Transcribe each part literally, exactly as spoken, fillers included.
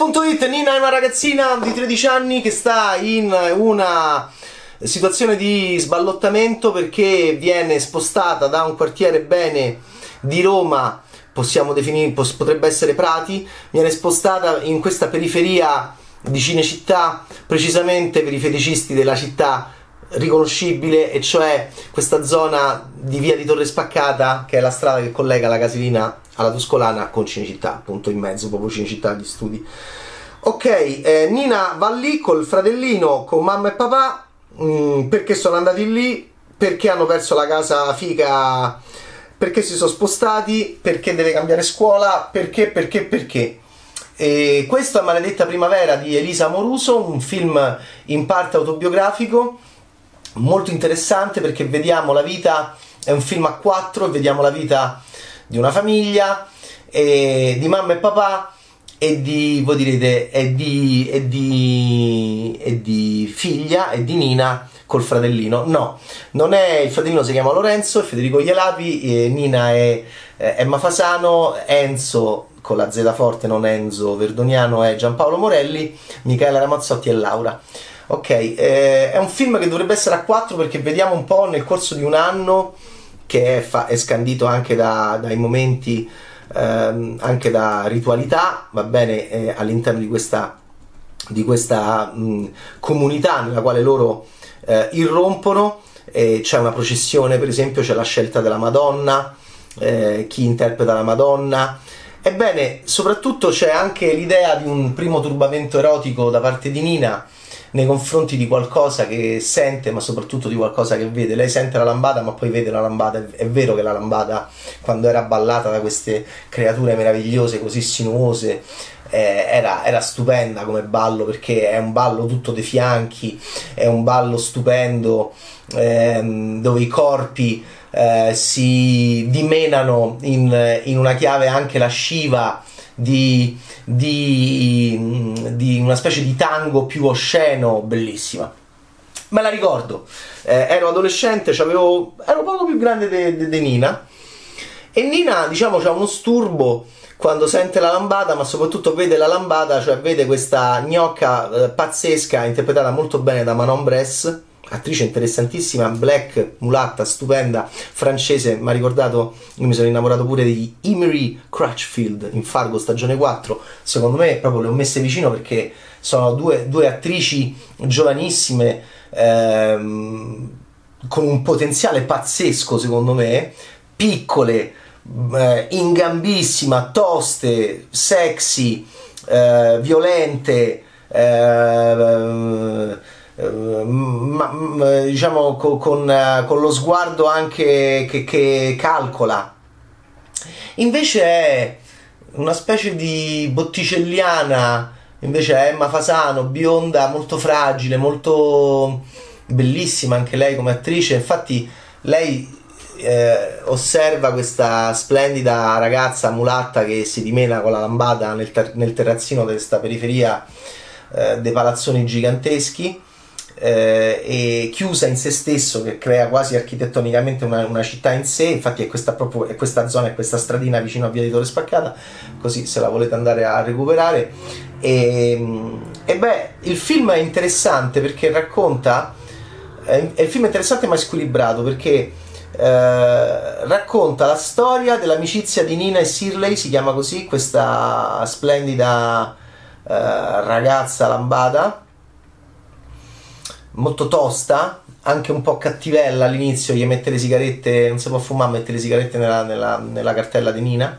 punto it, Nina è una ragazzina di tredici anni che sta in una situazione di sballottamento perché viene spostata da un quartiere bene di Roma, possiamo definire, potrebbe essere Prati, viene spostata in questa periferia di Cinecittà, precisamente per i feticisti della città riconoscibile, e cioè questa zona di via di Torre Spaccata, che è la strada che collega la Casilina alla Tuscolana con Cinecittà, appunto in mezzo, proprio Cinecittà gli studi. Ok, eh, Nina va lì col fratellino, con mamma e papà. mh, perché sono andati lì? Perché hanno perso la casa figa, perché si sono spostati, perché deve cambiare scuola, perché, perché, perché. E questo è Maledetta Primavera di Elisa Amoruso, un film in parte autobiografico, molto interessante perché vediamo la vita, è un film a quattro, vediamo la vita di una famiglia, e di mamma e papà, e di, voi direte, e di, e di, e di figlia, e di Nina col fratellino. No, non è, il fratellino si chiama Lorenzo, è Federico Ielapi, e Nina è eh, Emma Fasano, Enzo con la Z forte, non Enzo Verdoniano, è Giampaolo Morelli, Michela Ramazzotti e Laura. Ok, eh, è un film che dovrebbe essere a quattro perché vediamo un po' nel corso di un anno, che è, fa, è scandito anche da, dai momenti, ehm, anche da ritualità, va bene, eh, all'interno di questa, di questa mh, comunità nella quale loro eh, irrompono. Eh, c'è una processione, per esempio, c'è la scelta della Madonna, eh, chi interpreta la Madonna. Ebbene, soprattutto c'è anche l'idea di un primo turbamento erotico da parte di Nina nei confronti di qualcosa che sente, ma soprattutto di qualcosa che vede. Lei sente la lambada, ma poi vede la lambada. È vero che la lambada, quando era ballata da queste creature meravigliose, così sinuose, eh, era, era stupenda come ballo, perché è un ballo tutto dei fianchi, è un ballo stupendo, ehm, dove i corpi eh, si dimenano in, in una chiave anche lasciva, Di, di, di una specie di tango più osceno, bellissima. Me la ricordo, eh, ero adolescente, c'avevo, ero poco più grande di Nina, e Nina, diciamo, c'ha uno sturbo quando sente la lambada, ma soprattutto vede la lambada, cioè vede questa gnocca eh, pazzesca, interpretata molto bene da Manon Bress, attrice interessantissima, black, mulatta, stupenda, francese. Mi ha ricordato, io mi sono innamorato pure di Emery Crutchfield in Fargo stagione quattro. Secondo me proprio le ho messe vicino perché sono due, due attrici giovanissime, ehm, con un potenziale pazzesco, secondo me, piccole, eh, in gambissima, toste, sexy, eh, violente, eh, Ma, ma, diciamo con, con, con lo sguardo anche che, che calcola. Invece è una specie di botticelliana, invece è Emma Fasano, bionda, molto fragile, molto bellissima anche lei come attrice. Infatti lei eh, osserva questa splendida ragazza mulatta che si dimena con la lambada nel, ter- nel terrazzino di questa periferia eh, dei palazzoni giganteschi, Eh, e chiusa in se stesso, che crea quasi architettonicamente una, una città in sé. Infatti è questa, proprio, è questa zona, è questa stradina vicino a via di Torre Spaccata, così se la volete andare a recuperare. E, e beh, il film è interessante perché racconta, è, è il film interessante ma squilibrato perché eh, racconta la storia dell'amicizia di Nina e Shirley, si chiama così, questa splendida eh, ragazza lambada, molto tosta, anche un po' cattivella all'inizio, gli mette le sigarette, non si può fumare, mette le sigarette nella, nella, nella cartella di Nina,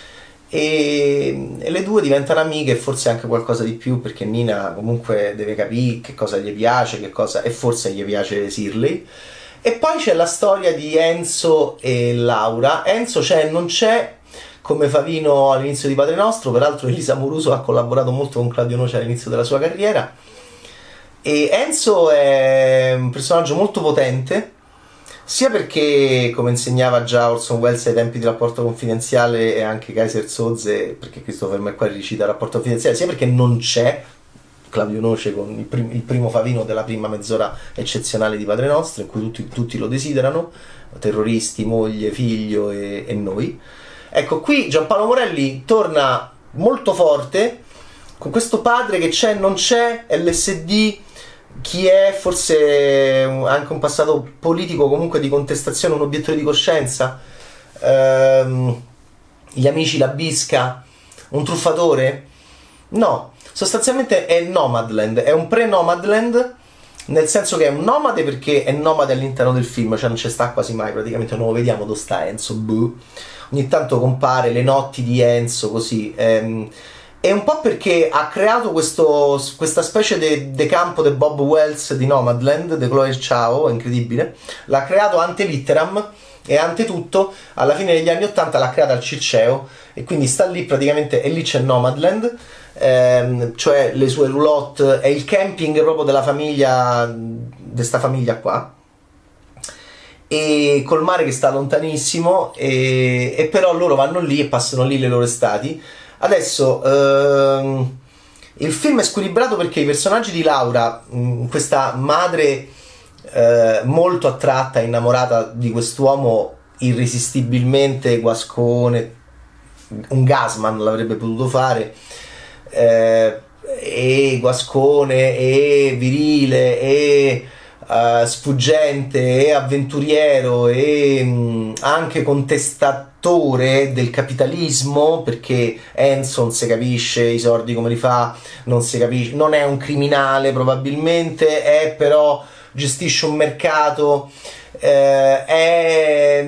e, e le due diventano amiche, e forse anche qualcosa di più, perché Nina comunque deve capire che cosa gli piace, che cosa, e forse gli piace Shirley. E poi c'è la storia di Enzo e Laura. Enzo c'è, non c'è, come Favino all'inizio di Padre Nostro. Peraltro Elisa Amoruso ha collaborato molto con Claudio Noce all'inizio della sua carriera. E Enzo è un personaggio molto potente, sia perché, come insegnava già Orson Welles ai tempi di Rapporto Confidenziale, e anche Kaiser Soze, perché Christopher McQuarrie recita Rapporto Confidenziale, sia perché non c'è Claudio Noce con il, prim- il primo Favino della prima mezz'ora eccezionale di Padre Nostro, in cui tutti, tutti lo desiderano, terroristi, moglie, figlio e, e noi. Ecco, qui Giampaolo Morelli torna molto forte, con questo padre che c'è, non c'è, L S D, chi è, forse anche un passato politico, comunque di contestazione, un obiettore di coscienza, ehm, gli amici, la bisca, un truffatore? No, sostanzialmente è Nomadland, è un pre-Nomadland, nel senso che è un nomade perché è nomade all'interno del film, cioè non ci sta quasi mai, praticamente non lo vediamo dove sta Enzo, buh. Ogni tanto compare le notti di Enzo, così. Ehm, è un po' perché ha creato questo, questa specie di campo di Bob Wells di Nomadland, di Chloe Zhao, è incredibile. L'ha creato ante litteram e ante tutto, alla fine degli anni ottanta l'ha creata al Circeo, e quindi sta lì praticamente, e lì c'è Nomadland, ehm, cioè le sue roulotte, è il camping proprio della famiglia, di sta famiglia qua, e col mare che sta lontanissimo, e, e però loro vanno lì e passano lì le loro estati. Adesso ehm, il film è squilibrato perché i personaggi di Laura, mh, questa madre eh, molto attratta, innamorata di quest'uomo irresistibilmente guascone, un gasman l'avrebbe potuto fare, eh, e guascone e virile e uh, sfuggente e avventuriero e mh, anche contestatore del capitalismo, perché Enzo non si capisce i soldi come li fa, non si capisce, non è un criminale probabilmente, è però gestisce un mercato, eh, è,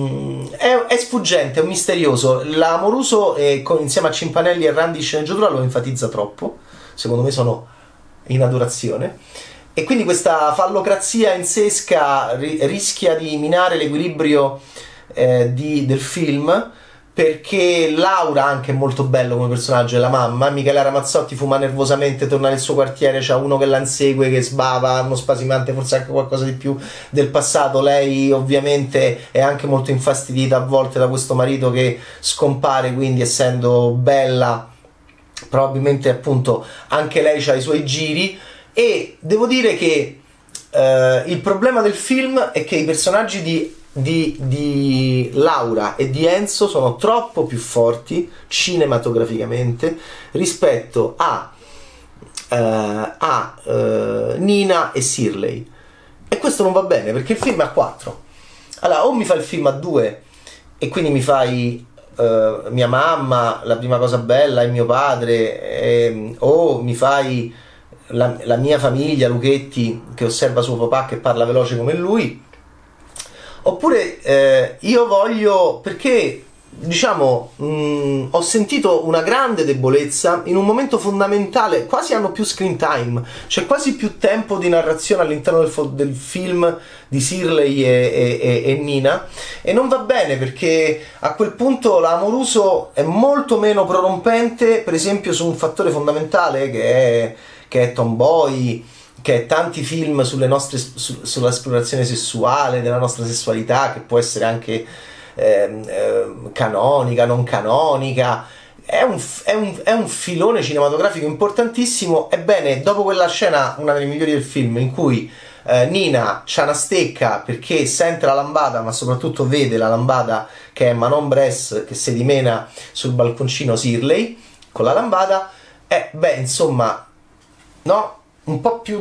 è, è sfuggente, è un misterioso. L'Amoruso, eh, con, insieme a Cimpanelli e Randi sceneggiatura, lo enfatizza troppo, secondo me sono in adorazione, e quindi questa fallocrazia insesca ri, rischia di minare l'equilibrio eh, di, del film, perché Laura anche è molto bello come personaggio, è la mamma. Michele Ramazzotti fuma nervosamente, torna nel suo quartiere, c'ha uno che la insegue, che sbava, uno spasimante, forse anche qualcosa di più del passato. Lei ovviamente è anche molto infastidita a volte da questo marito che scompare, quindi essendo bella probabilmente appunto anche lei ha i suoi giri. E devo dire che eh, il problema del film è che i personaggi di Di, di Laura e di Enzo sono troppo più forti cinematograficamente rispetto a, uh, a uh, Nina e Shirley, e questo non va bene perché il film è a quattro. Allora, o mi fa il film a due e quindi mi fai uh, mia mamma, la prima cosa bella, e mio padre, e, o mi fai la, la mia famiglia, Luchetti che osserva suo papà che parla veloce come lui. Oppure eh, io voglio, perché diciamo mh, ho sentito una grande debolezza in un momento fondamentale, quasi hanno più screen time, c'è quasi più tempo di narrazione all'interno del, del film di Shirley e, e, e Nina, e non va bene perché a quel punto l'Amoruso è molto meno prorompente, per esempio su un fattore fondamentale che è, che è Tomboy, che è tanti film sulle nostre, su, sull'esplorazione sessuale, della nostra sessualità, che può essere anche eh, eh, canonica, non canonica. È un, è, un, è un filone cinematografico importantissimo. Ebbene, dopo quella scena, una delle migliori del film, in cui eh, Nina c'ha una stecca perché sente la lambada, ma soprattutto vede la lambada che è Manon Bress che si dimena sul balconcino Shirley con la lambada, eh, beh, insomma, no? Un po' più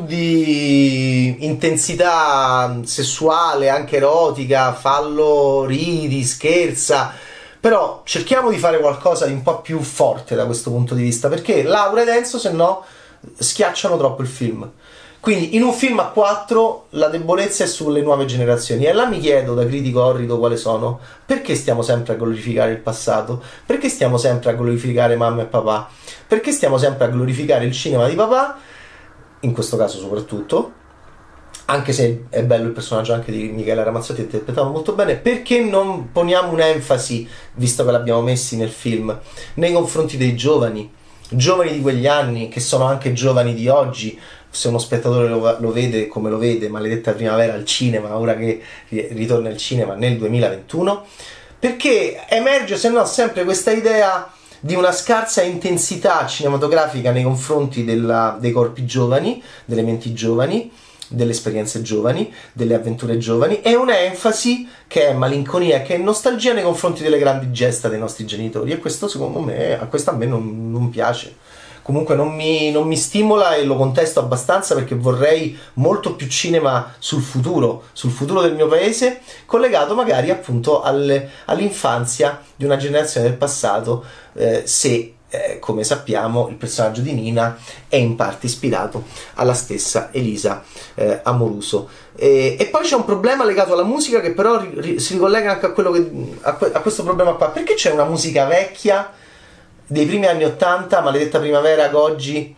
di intensità sessuale, anche erotica, fallo, ridi, scherza, però cerchiamo di fare qualcosa di un po' più forte da questo punto di vista, perché Laura ed Enzo se no schiacciano troppo il film. Quindi in un film a quattro la debolezza è sulle nuove generazioni, e là mi chiedo da critico orrido quale sono: perché stiamo sempre a glorificare il passato? Perché stiamo sempre a glorificare mamma e papà? Perché stiamo sempre a glorificare il cinema di papà? In questo caso soprattutto, anche se è bello il personaggio anche di Michele Ramazzotti, interpretato molto bene, perché non poniamo un'enfasi, visto che l'abbiamo messi nel film, nei confronti dei giovani, giovani di quegli anni, che sono anche giovani di oggi, se uno spettatore lo, lo vede come lo vede, Maledetta Primavera al cinema, ora che ritorna al cinema nel duemilaventuno, perché emerge se no sempre questa idea di una scarsa intensità cinematografica nei confronti della, dei corpi giovani, delle menti giovani, delle esperienze giovani, delle avventure giovani, e un'enfasi che è malinconia, che è nostalgia nei confronti delle grandi gesta dei nostri genitori, e questo secondo me, a questo a me non, non piace. comunque non mi, non mi stimola, e lo contesto abbastanza perché vorrei molto più cinema sul futuro, sul futuro del mio paese, collegato magari appunto al, all'infanzia di una generazione del passato, eh, se eh, come sappiamo il personaggio di Nina è in parte ispirato alla stessa Elisa eh, Amoruso. E, e poi c'è un problema legato alla musica che però ri, ri, si ricollega anche a, quello che, a, que, a questo problema qua. Perché c'è una musica vecchia dei primi anni ottanta, Maledetta Primavera, Goggi,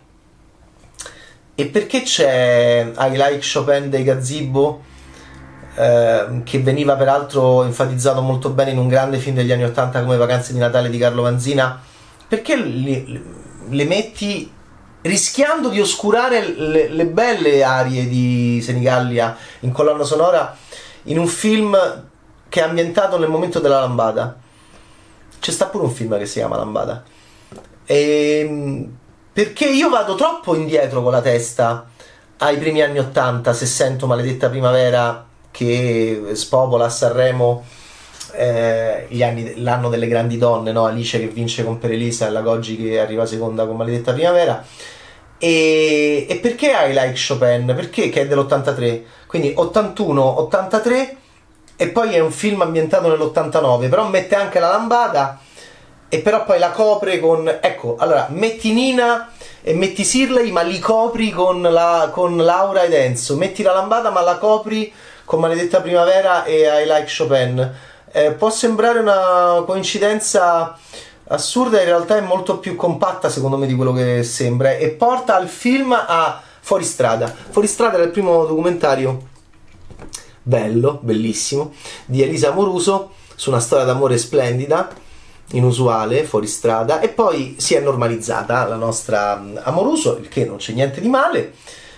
e perché c'è I Like Chopin dei Gazebo, eh, che veniva peraltro enfatizzato molto bene in un grande film degli anni ottanta come Vacanze di Natale di Carlo Vanzina? Perché le, le metti rischiando di oscurare le, le belle arie di Senigallia in colonna sonora in un film che è ambientato nel momento della lambada? C'è sta pure un film che si chiama Lambada. E, perché io vado troppo indietro con la testa ai primi anni ottanta se sento Maledetta Primavera che spopola a Sanremo eh, gli anni, l'anno delle grandi donne, no? Alice che vince con Per Elisa e la Goggi che arriva seconda con Maledetta Primavera. E, e perché I Like Chopin? Perché che è dell'ottantatré, quindi ottantuno ottantatré, e poi è un film ambientato nell'ottantanove, però mette anche la lambada e però poi la copre con, ecco, allora metti Nina e metti Shirley ma li copri con, la, con Laura ed Enzo, metti la lambada ma la copri con Maledetta Primavera e I Like Chopin. Eh, può sembrare una coincidenza assurda, in realtà è molto più compatta secondo me di quello che sembra, e porta al film a Fuoristrada. Fuoristrada era il primo documentario bello, bellissimo, di Elisa Amoruso su una storia d'amore splendida, inusuale, Fuoristrada, e poi si è normalizzata la nostra Amoruso, il che non c'è niente di male.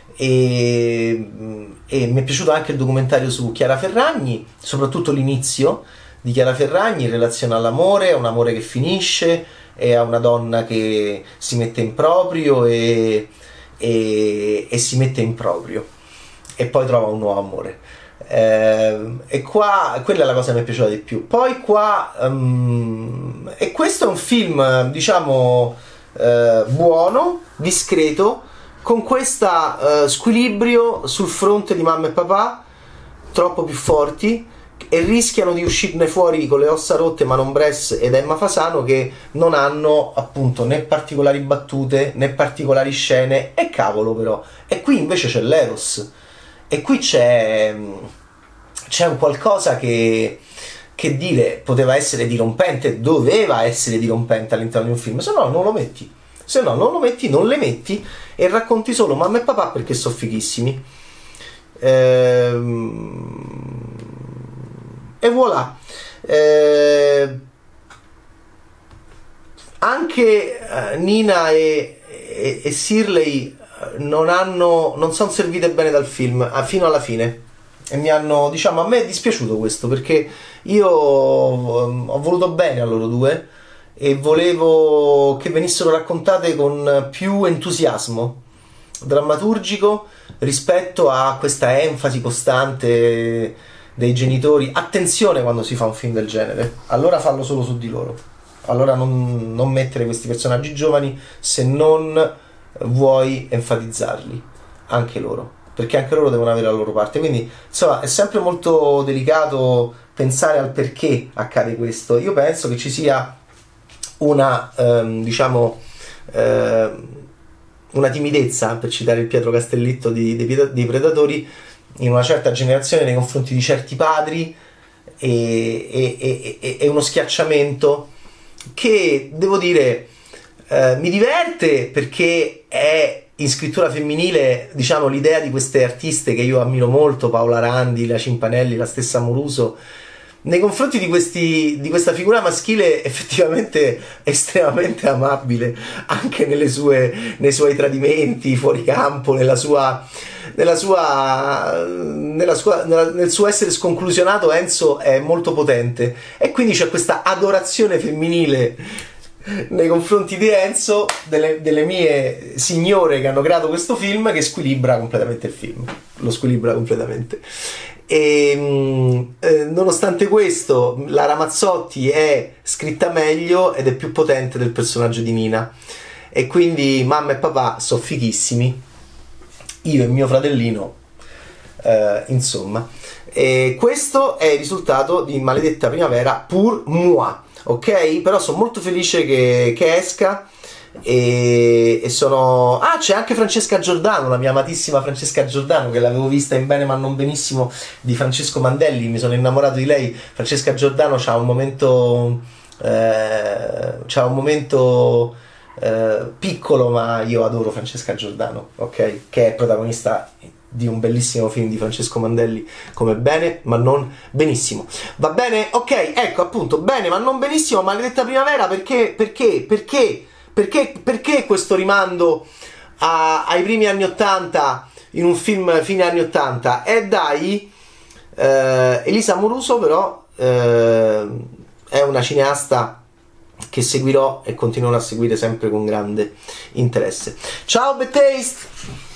E, e mi è piaciuto anche il documentario su Chiara Ferragni, soprattutto l'inizio di Chiara Ferragni in relazione all'amore, a un amore che finisce e a una donna che si mette in proprio e, e, e si mette in proprio e poi trova un nuovo amore. Eh, e qua quella è la cosa che mi è piaciuta di più. Poi qua um, e questo è un film, diciamo, eh, buono, discreto, con questo uh, squilibrio sul fronte di mamma e papà troppo più forti, e rischiano di uscirne fuori con le ossa rotte Manon Bress ed Emma Fasano, che non hanno appunto né particolari battute né particolari scene, e cavolo però, e qui invece c'è l'Eros, e qui c'è c'è un qualcosa che che dire poteva essere dirompente, doveva essere dirompente all'interno di un film, se no non lo metti, se no non lo metti, non le metti e racconti solo mamma e papà perché sono fighissimi. Ehm... E voilà. Eh... Anche eh, Nina e, e, e Shirley non hanno, non sono servite bene dal film ah, fino alla fine, e mi hanno, diciamo, a me è dispiaciuto questo, perché io ho voluto bene a loro due e volevo che venissero raccontate con più entusiasmo drammaturgico rispetto a questa enfasi costante dei genitori. Attenzione quando si fa un film del genere, allora fallo solo su di loro, allora non, non mettere questi personaggi giovani se non vuoi enfatizzarli anche loro, perché anche loro devono avere la loro parte. Quindi insomma è sempre molto delicato pensare al perché accade questo. Io penso che ci sia una ehm, diciamo ehm, una timidezza, per citare il Pietro Castellitto di, dei, dei Predatori, in una certa generazione nei confronti di certi padri, e, e, e, e uno schiacciamento che, devo dire, eh, mi diverte perché è in scrittura femminile, diciamo, l'idea di queste artiste che io ammiro molto, Paola Randi, la Cimpanelli, la stessa Amoruso, nei confronti di, questi, di questa figura maschile effettivamente estremamente amabile, anche nelle sue, nei suoi tradimenti fuori campo, nella sua, nella sua, nella sua, nella, nel suo essere sconclusionato. Enzo è molto potente, e quindi c'è questa adorazione femminile nei confronti di Enzo, delle, delle mie signore che hanno creato questo film, che squilibra completamente il film, lo squilibra completamente. E eh, nonostante questo, la Ramazzotti è scritta meglio ed è più potente del personaggio di Nina, e quindi mamma e papà sono fighissimi, io e mio fratellino, eh, insomma. E questo è il risultato di Maledetta Primavera pour moi, ok? Però sono molto felice che, che esca. E, e sono ah c'è anche Francesca Giordano, la mia amatissima Francesca Giordano, che l'avevo vista in Bene ma non benissimo di Francesco Mandelli, mi sono innamorato di lei. Francesca Giordano c'ha un momento eh, c'ha un momento eh, piccolo, ma io adoro Francesca Giordano, ok? Che è protagonista di un bellissimo film di Francesco Mandelli come Bene ma non benissimo. Va bene? Ok, ecco appunto, Bene ma non benissimo, Maledetta Primavera. Perché? Perché? Perché? Perché, perché questo rimando a, ai primi anni ottanta in un film fine anni ottanta? E dai, eh, Elisa Amoruso però eh, è una cineasta che seguirò e continuerò a seguire sempre con grande interesse. Ciao Bad Taste!